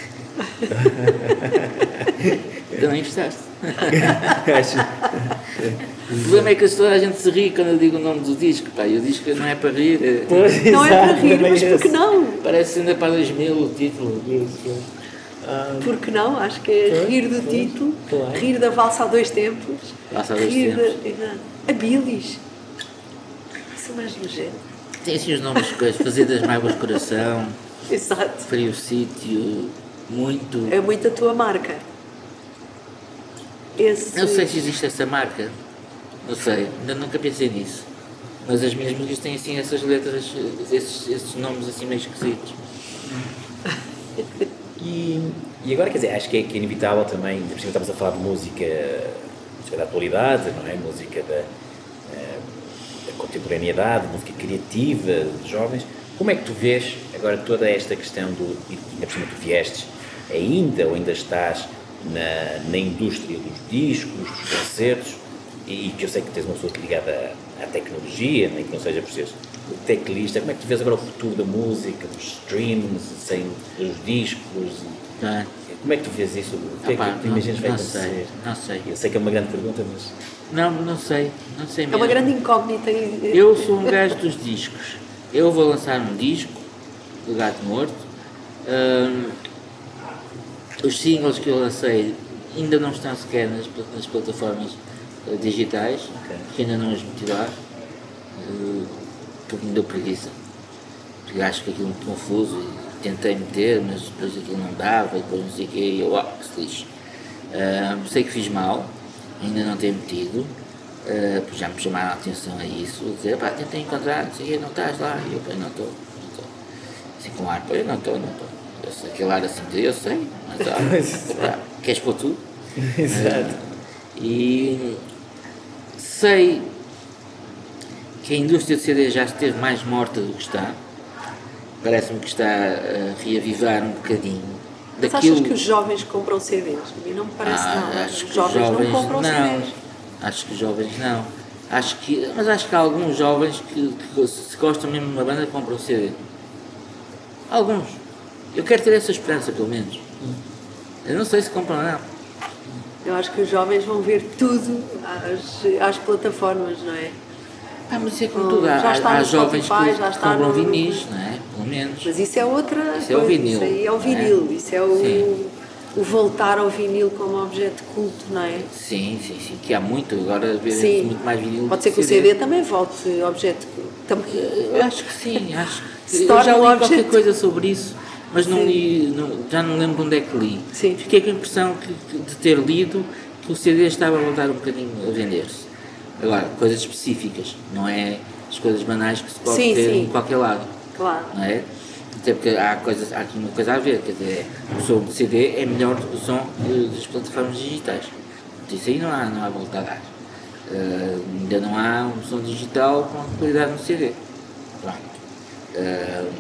Também gostaste? O problema é que toda a gente se ri quando eu digo o nome do disco. Pá, e o disco não é para rir. É... Pois, não exato, é para rir, mas por que não? Parece ainda para dois mil o título. Ah, por que não? Acho que é rir do pois, título, claro. Rir da Valsa a Dois Tempos, Valsa a Dois rir Tempos. Da, a Bilis. Isso é mais nojento. Tem assim os nomes coisas, Fazer das Mágoas Coração. Exato. Frio Sítio, muito. É muito a tua marca. Esse... Não sei se existe essa marca, não sei, ainda nunca pensei nisso. Mas as minhas músicas têm assim essas letras, esses, esses nomes assim meio esquisitos. E, e agora, quer dizer, acho que é, que é inevitável também, por cima estamos a falar de música, música da atualidade, não é? Música da, da contemporaneidade, música criativa, de jovens. Como é que tu vês agora toda esta questão do, e ainda por cima tu viestes, ainda ou ainda estás na, na indústria dos discos, dos concertos, e que eu sei que tens uma pessoa ligada à, à tecnologia, nem que não seja por seres teclista, como é que tu vês agora o futuro da música, dos streams, sem os discos? Não. Como é que tu vês isso? O que é que tu imaginas vai acontecer? Sei, não sei. Eu sei que é uma grande pergunta, mas... Não, não sei, não sei mesmo. É uma grande incógnita. Eu sou um gajo dos discos. Eu vou lançar um disco do Gato Morto. Um, os singles que eu lancei ainda não estão sequer nas, nas plataformas uh, digitais, okay. Que ainda não os meti lá, uh, porque me deu preguiça. Porque acho que aquilo é muito confuso e tentei meter, mas depois aquilo não dava, e depois não sei o quê, e eu, ah, que se lixe. Uh, sei que fiz mal, ainda não tenho metido, uh, porque já me chamaram a atenção a isso, dizer, pá, tentei encontrar, não sei o quê, não estás lá, e eu, pá, não estou, não estou. Assim com ar, pá, eu não estou, não estou. Eu sei, aquele ar assim, eu sei, mas olha, pá, queres pôr tu? Exato. Uh, e sei que a indústria de C D já esteve mais morta do que está, parece-me que está a reavivar um bocadinho. Mas daquilo... achas que os jovens compram C Ds? A mim não me parece ah, não. Acho Os que jovens, os jovens não compram não. C Ds. Acho que os jovens não. Acho que, mas acho que há alguns jovens que, que se gostam mesmo de uma banda compram C D. Alguns. Eu quero ter essa esperança, pelo menos. Eu não sei se compram ou não. Eu acho que os jovens vão ver tudo às, às plataformas, não é? Ah, mas isso é como Hum, tudo. Há, já está há no jovens Spotify, que já está compram no- vinis, não é? Pelo menos. Mas isso é outra Isso é o coisa. vinil, Isso aí é o não é? vinil. Isso é o, Sim. o voltar ao vinil como objeto de culto, não é? Sim, sim, sim. Que há muito. Agora vê-se Sim. muito mais vinil. Pode ser que o C D também volte objeto de culto. Tam- Eu acho que sim, acho que Se eu torna já li um qualquer objeto. coisa sobre isso, mas não Sim. li, não- já não lembro onde é que li. Sim. Fiquei com a impressão que, que- de ter lido que o C D estava a voltar um bocadinho a vender-se. Agora, coisas específicas, não é as coisas banais que se pode Sim, ter sim. em qualquer lado, Claro. não é? Até porque há, coisas, há aqui uma coisa a ver, quer dizer, o som de C D é melhor do que o som de- das plataformas digitais. Isso aí não há, não há volta a dar. Uh, ainda não há um som digital com qualidade no C D. Pronto. Uh,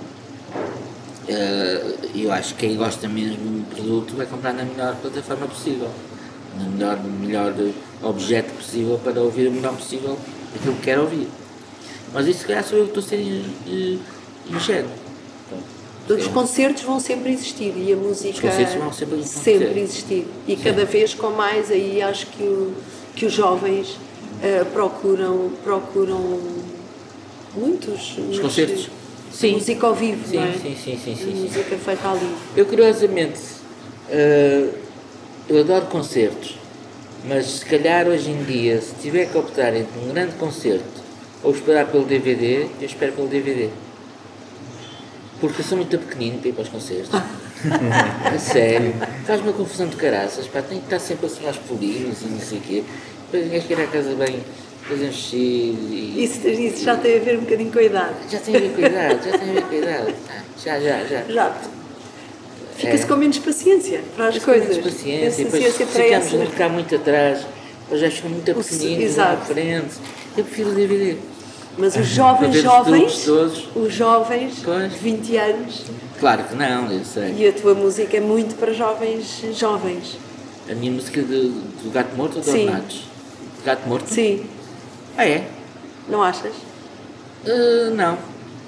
uh, eu acho que quem gosta mesmo do produto vai comprar na melhor plataforma possível, no melhor, melhor objeto possível para ouvir o melhor possível aquilo que quer ouvir. Mas isso, se calhar, sou eu que estou a ser uh, ingênuo. Os concertos vão sempre existir e a música Os concertos vão sempre acontecer. sempre existir. E cada vez com mais, aí acho que, o, que os jovens eh, procuram, procuram muitos Os concertos? Sim. música ao vivo, Sim, não é? sim, sim, sim, sim, sim. Música feita ali. Eu, curiosamente, uh, eu adoro concertos, mas se calhar hoje em dia, se tiver que optar entre um grande concerto ou esperar pelo D V D, eu espero pelo D V D. Porque eu sou muito pequenino para ir para os concertos. A sério. Faz uma confusão de caraças, pá, tem que estar sempre assim aos pulinhos e não sei o quê. Depois ninguém quer ir à casa bem, fazer um xixi e... Isso, isso já tem a ver um bocadinho com a idade. Já tem a ver com a idade, já tem a ver com a idade. Ah, Já, já, já. Já. Fica-se É. com menos paciência para as Fica com coisas. menos paciência, Menos depois paciência para ficamos essas. muito cá muito atrás, depois já ficam muito O- pequeninos à exato. frente. Eu prefiro o D V D. Mas os Para jovens, ver os jovens, truques todos. os jovens Pois. de vinte anos, Claro que não, eu sei. e a tua música é muito para jovens jovens. A minha música de, do Gato Morto ou de Sim. Ornatos? Gato Morto? Sim, Ah, é? não achas? Uh, não.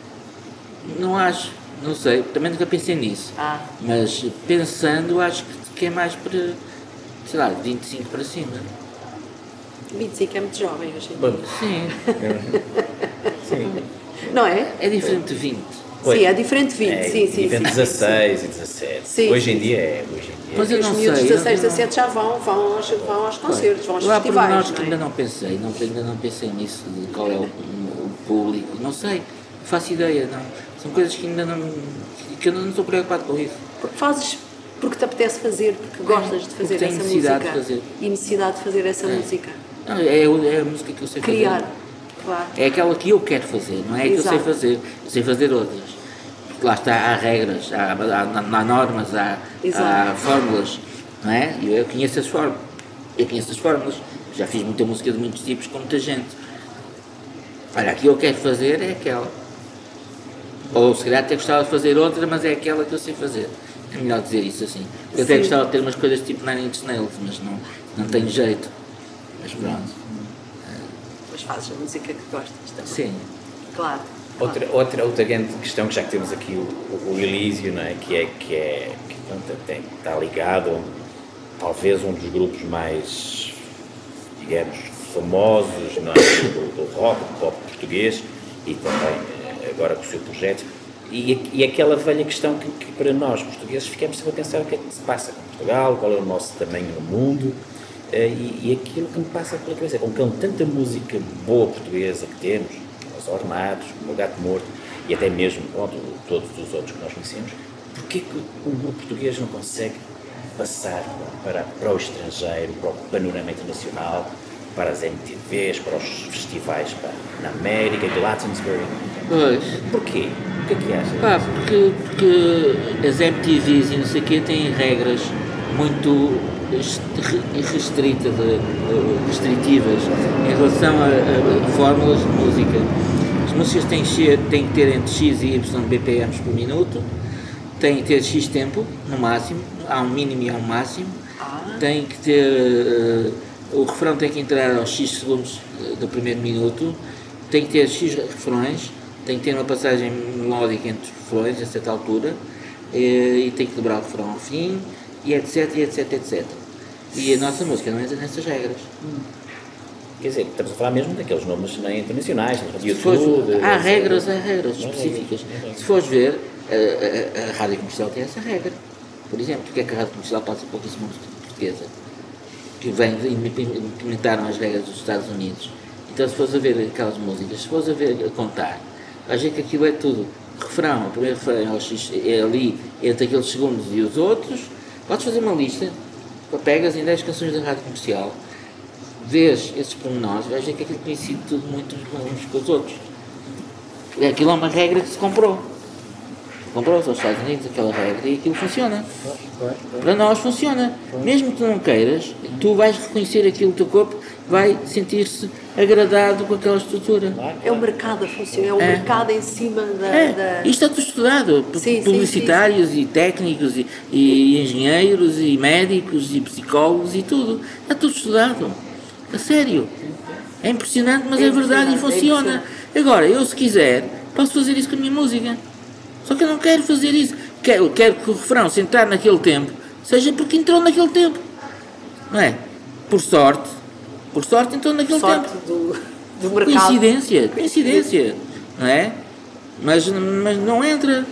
Não acho. Não sei. Também nunca pensei nisso. Ah, Mas pensando, acho que, que é mais para, sei lá, vinte e cinco para cima. vinte e cinco é muito jovem hoje em Bom, dia. Sim. sim. Não é? É diferente de vinte. Pois. Sim, é diferente de vinte, É, sim, sim. e vem sim, dezasseis e dezassete. Sim. Hoje em dia é. Hoje em dia. Pois eu Os não miúdos sei. de dezasseis, eu não- dezassete já vão, vão, aos, vão aos concertos, vão aos Lá por festivais, nós que não ainda é? não pensei, não, ainda não pensei nisso, de qual é o, o público, não sei, não faço ideia, não. São coisas que ainda não, que eu não estou preocupado com isso. Porque fazes porque te apetece fazer, porque gostas de porque fazer tenho essa necessidade música. de fazer. E necessidade de fazer essa É. música. Não, é, é a música que eu sei Criar, fazer. claro. É aquela que eu quero fazer, não é a que eu sei Exato. fazer, eu sei fazer outras. Porque lá está, há regras, há, há, há normas, há, Exato. há fórmulas, não é? E eu, eu conheço as fórmulas, eu conheço as fórmulas, já fiz muita música de muitos tipos com muita gente. Olha, a que eu quero fazer é aquela. Ou se calhar até gostava de fazer outra, mas é aquela que eu sei fazer. É melhor dizer isso assim. Eu até Sim. gostava de ter umas coisas tipo Nine Inch Nails, mas não, não tenho jeito. Mas pronto. Mas fazes a música que gostas também. Sim. Claro. Outra, outra, outra grande questão que já que temos aqui o, o, o Elísio, não é? Que é que, é, que pronto, tem, está ligado a talvez um dos grupos mais, digamos, famosos, não é? do, do rock, do pop português e também eh, agora com o seu projeto. E, e aquela velha questão que, que para nós portugueses ficamos sempre a pensar o que é que se passa com Portugal, qual é o nosso tamanho no mundo. Uh, e, e aquilo que me passa pela cabeça é com tanta música boa portuguesa que temos, os Ornados, o Gato Morto e até mesmo pronto, todos os outros que nós conhecemos, porquê que o grupo português não consegue passar para, para o estrangeiro, para o panorama internacional, para as M T Vs, para os festivais para, na América, de Glastonbury? Pois. Porquê? O que é que achas? Pá, porque, porque as M T Vs e não sei o quê têm regras muito restritas, restritivas em relação a, a, a fórmulas de música. As músicas têm, têm que ter entre X e Y B P Ms por minuto, têm que ter X tempo, no máximo, há um mínimo e há um máximo, ah. tem que ter, uh, o refrão tem que entrar aos X segundos do primeiro minuto, tem que ter X refrões, tem que ter uma passagem melódica entre os refrões a certa altura, e, e tem que dobrar o refrão ao fim, e etc, e etc, etcétera. E a nossa música não entra nessas regras. Hum. Quer dizer, estamos a falar mesmo daqueles nomes nem, internacionais, YouTube, fores, há regras, há regras específicas. Se fores ver, a, a, a rádio comercial tem essa regra. Por exemplo, porque é que a rádio comercial passa pouquíssima música portuguesa? Que vem, implementaram as regras dos Estados Unidos. Então, se fores a ver aquelas músicas, se fores a ver, a contar, vais ver que aquilo é tudo refrão, o primeiro refrão é ali entre aqueles segundos e os outros. Podes fazer uma lista, pegas em dez canções da rádio comercial, vês esses pormenores, vais ver que aquilo coincide tudo muito uns com os outros. Aquilo é uma regra que se comprou. Comprou-se aos Estados Unidos aquela regra e aquilo funciona. Para nós funciona. Mesmo que tu não queiras, tu vais reconhecer aquilo, o teu corpo vai sentir-se agradado com aquela estrutura. É o mercado a funcionar, é o é. mercado em cima da... É. da... Isto está tudo estudado. Sim, publicitários sim, sim. e técnicos e, e engenheiros e médicos e psicólogos e tudo. Está tudo estudado. A sério. É impressionante, mas é, é verdade e funciona. É Agora, eu se quiser, posso fazer isso com a minha música. Só que eu não quero fazer isso. Quero, quero que o refrão, se entrar naquele tempo, seja porque entrou naquele tempo. Não é? Por sorte. Por sorte entrou naquele sorte tempo. Do, do mercado. Coincidência. Coincidência. Não é? Mas, mas não entra.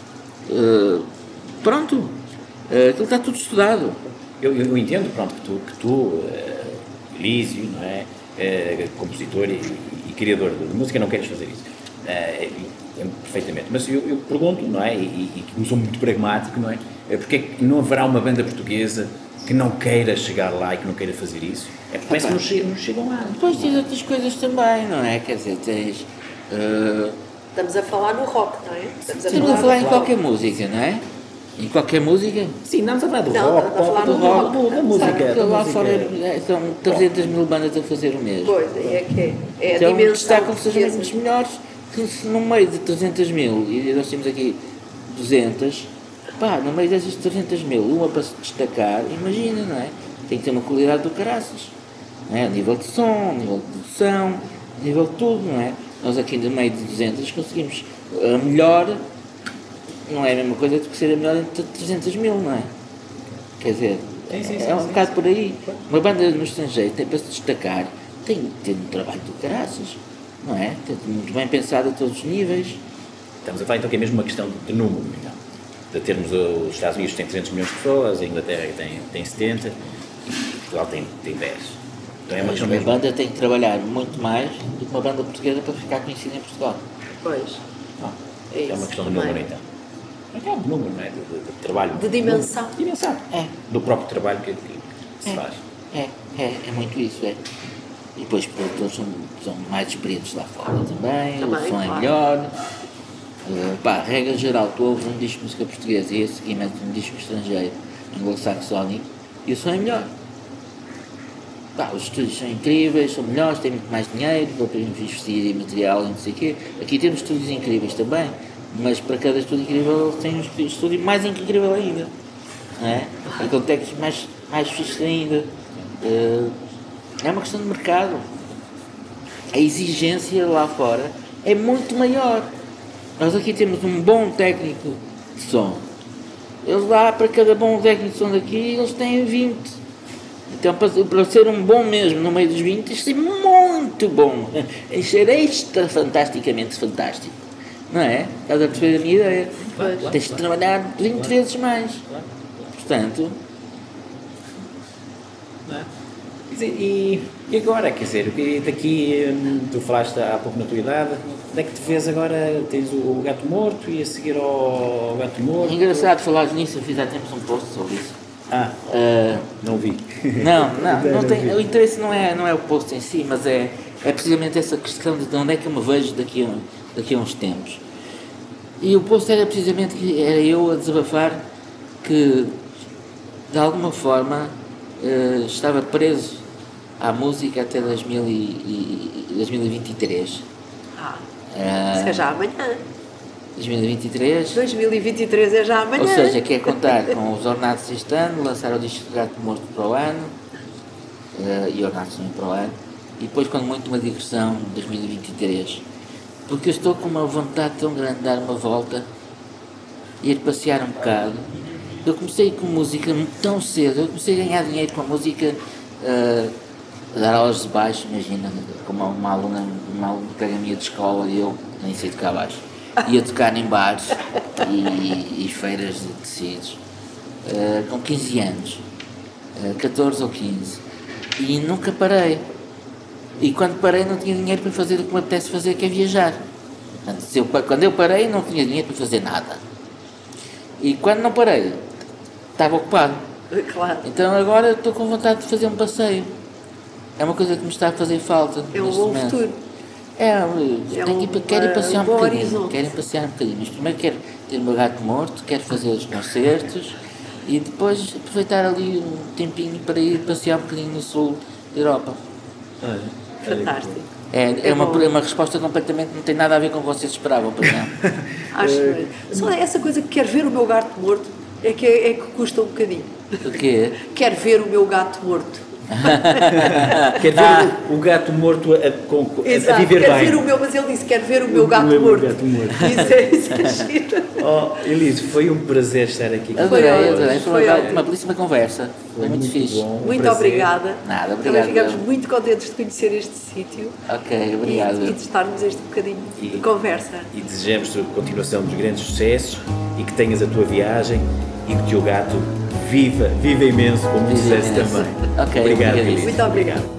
Uh, pronto. Uh, aquilo está tudo estudado. Eu, eu entendo, pronto, que tu... Que tu uh... Elísio, não é? É compositor e, e criador de música, não queres fazer isso. É, é, é, perfeitamente. Mas eu, eu pergunto, não é? E, e como sou muito pragmático, não é? É porque é que não haverá uma banda portuguesa que não queira chegar lá e que não queira fazer isso? É porque parece que não chegam, não chegam lá. Depois tens outras coisas também, não é? Quer dizer, tens... Uh... Estamos a falar no rock, não é? Estamos a falar, a falar em qualquer música, não é? Em qualquer música? Sim, não estamos a falar do não, rock, não, do, do rock, do, da música. Porque da lá música. fora é, são trezentas mil bandas a fazer o mesmo. Pois, aí é que é. É a então, dimensão. destacam-se as melhores, que se no meio de trezentas mil, e nós temos aqui duzentas, pá, no meio dessas trezentas mil, uma para se destacar, imagina, não é? Tem que ter uma qualidade do caraças. Não é? A nível de som, a nível de produção, a nível de tudo, não é? Nós aqui no meio de duzentas conseguimos a melhor. Não é a mesma coisa do que ser a melhor entre trezentas mil, não é? Quer dizer, sim, sim, sim, é um sim, bocado sim. por aí. Uma banda no estrangeiro tem para se destacar, tem que ter um trabalho de caraças, não é? Tem muito bem pensado a todos os níveis. Estamos a falar então que é mesmo uma questão de número, então. De termos os Estados Unidos têm trezentos milhões de pessoas, a Inglaterra tem, tem setenta e Portugal tem, tem dez. Então é uma questão mesmo. Uma banda tem que trabalhar muito mais do que uma banda portuguesa para ficar conhecida em Portugal. Pois. Ah, é, é uma questão de número, então. É um número, não é? De, de, de trabalho. De dimensão. De dimensão. É. Do próprio trabalho que, que, que se é. faz. É, é, é muito isso, é. E depois os produtores são, são mais experientes lá fora também, também o som é claro. melhor. Uh, pá, regra geral, tu ouves um disco de música portuguesa e a seguir metes um disco estrangeiro, anglo-saxónico, e o som é melhor. Pá, os estúdios são incríveis, são melhores, têm muito mais dinheiro, dão para investir em material e não sei o quê. Aqui temos estúdios incríveis também. Mas para cada estúdio incrível tem um estúdio mais incrível ainda, não é? E com técnicos mais, mais fixos ainda. Uh, é uma questão de mercado. A exigência lá fora é muito maior. Nós aqui temos um bom técnico de som. Eles lá, para cada bom técnico de som daqui, eles têm vinte. Então, para, para ser um bom mesmo no meio dos vinte, isto é muito bom. Isto é extra fantasticamente fantástico. Não é? Estás a perceber a minha ideia? Claro, claro, tens de trabalhar vinte claro, vezes mais. Claro. Portanto. Não é? E, e agora, quer dizer, daqui tu falaste há pouco na tua idade, onde é que te vês agora? Tens o, o Gato Morto e a seguir ao Gato Morto? Engraçado falar nisso, eu fiz há tempos um post sobre isso. Ah, uh, não vi. Não, não, não tem, o interesse não é, não é o post em si, mas é, é precisamente essa questão de onde é que eu me vejo daqui a, daqui a uns tempos. E o post era precisamente que era eu a desabafar que, de alguma forma, uh, estava preso à música até dois mil e vinte e três. Ah. Uh, Se é já amanhã. dois mil e vinte e três. dois mil e vinte e três é já amanhã. Ou seja, quer contar com os ornatos este ano, lançar o disco de Gato Morto para o ano, uh, e ornatos também para o ano, e depois, quando muito, uma digressão de dois mil e vinte e três. Porque eu estou com uma vontade tão grande de dar uma volta, ir passear um bocado. Eu comecei com música tão cedo, eu comecei a ganhar dinheiro com a música, uh, a dar aulas de baixo, imagina, como uma aluna, uma aluna que pega a minha de escola e eu nem sei tocar baixo. Ia tocar em bares e, e feiras de tecidos, uh, com quinze anos, uh, catorze ou quinze, e nunca parei. E quando parei não tinha dinheiro para fazer o que me apetece fazer, que é viajar. Portanto, se eu, quando eu parei não tinha dinheiro para fazer nada. E quando não parei, estava ocupado. Claro. Então agora estou com vontade de fazer um passeio. É uma coisa que me está a fazer falta. É um neste bom momento. futuro. É, É tenho um, que ir, quero ir passear um bom bocadinho. horizonte. Quero ir passear um bocadinho. Mas primeiro quero ter o meu gato morto, quero fazer os concertos e depois aproveitar ali um tempinho para ir passear um bocadinho no sul da Europa. Olha, Fantástico. É, é, É uma, bom. é uma resposta completamente, não tem nada a ver com o que vocês esperavam, por exemplo. Acho que só essa coisa que quer ver o meu gato morto é que, é que custa um bocadinho. O quê? Quer ver o meu gato morto. Quer ver ah. o, o gato morto a, a, a, Exato, a viver quer bem. Ver o meu, mas ele disse quer ver o meu O gato meu morto. gato morto. Isso é, isso é giro. Oh, Elise, foi um prazer estar aqui com Adorei, ótimo, adorei. Foi, foi uma, ótimo. uma belíssima conversa. Foi, muito, muito fixe. bom, um Muito prazer. obrigada. Nada, Também obrigado. ficamos muito contentes de conhecer este sítio. Ok, obrigado. E, e de estarmos este bocadinho E- de conversa. E desejamos a continuação dos grandes sucessos e que tenhas a tua viagem e que o teu gato viva, viva imenso como Viva sucesso imenso. também. Ok, Obrigado, obrigadíssimo. Elise. Muito obrigada.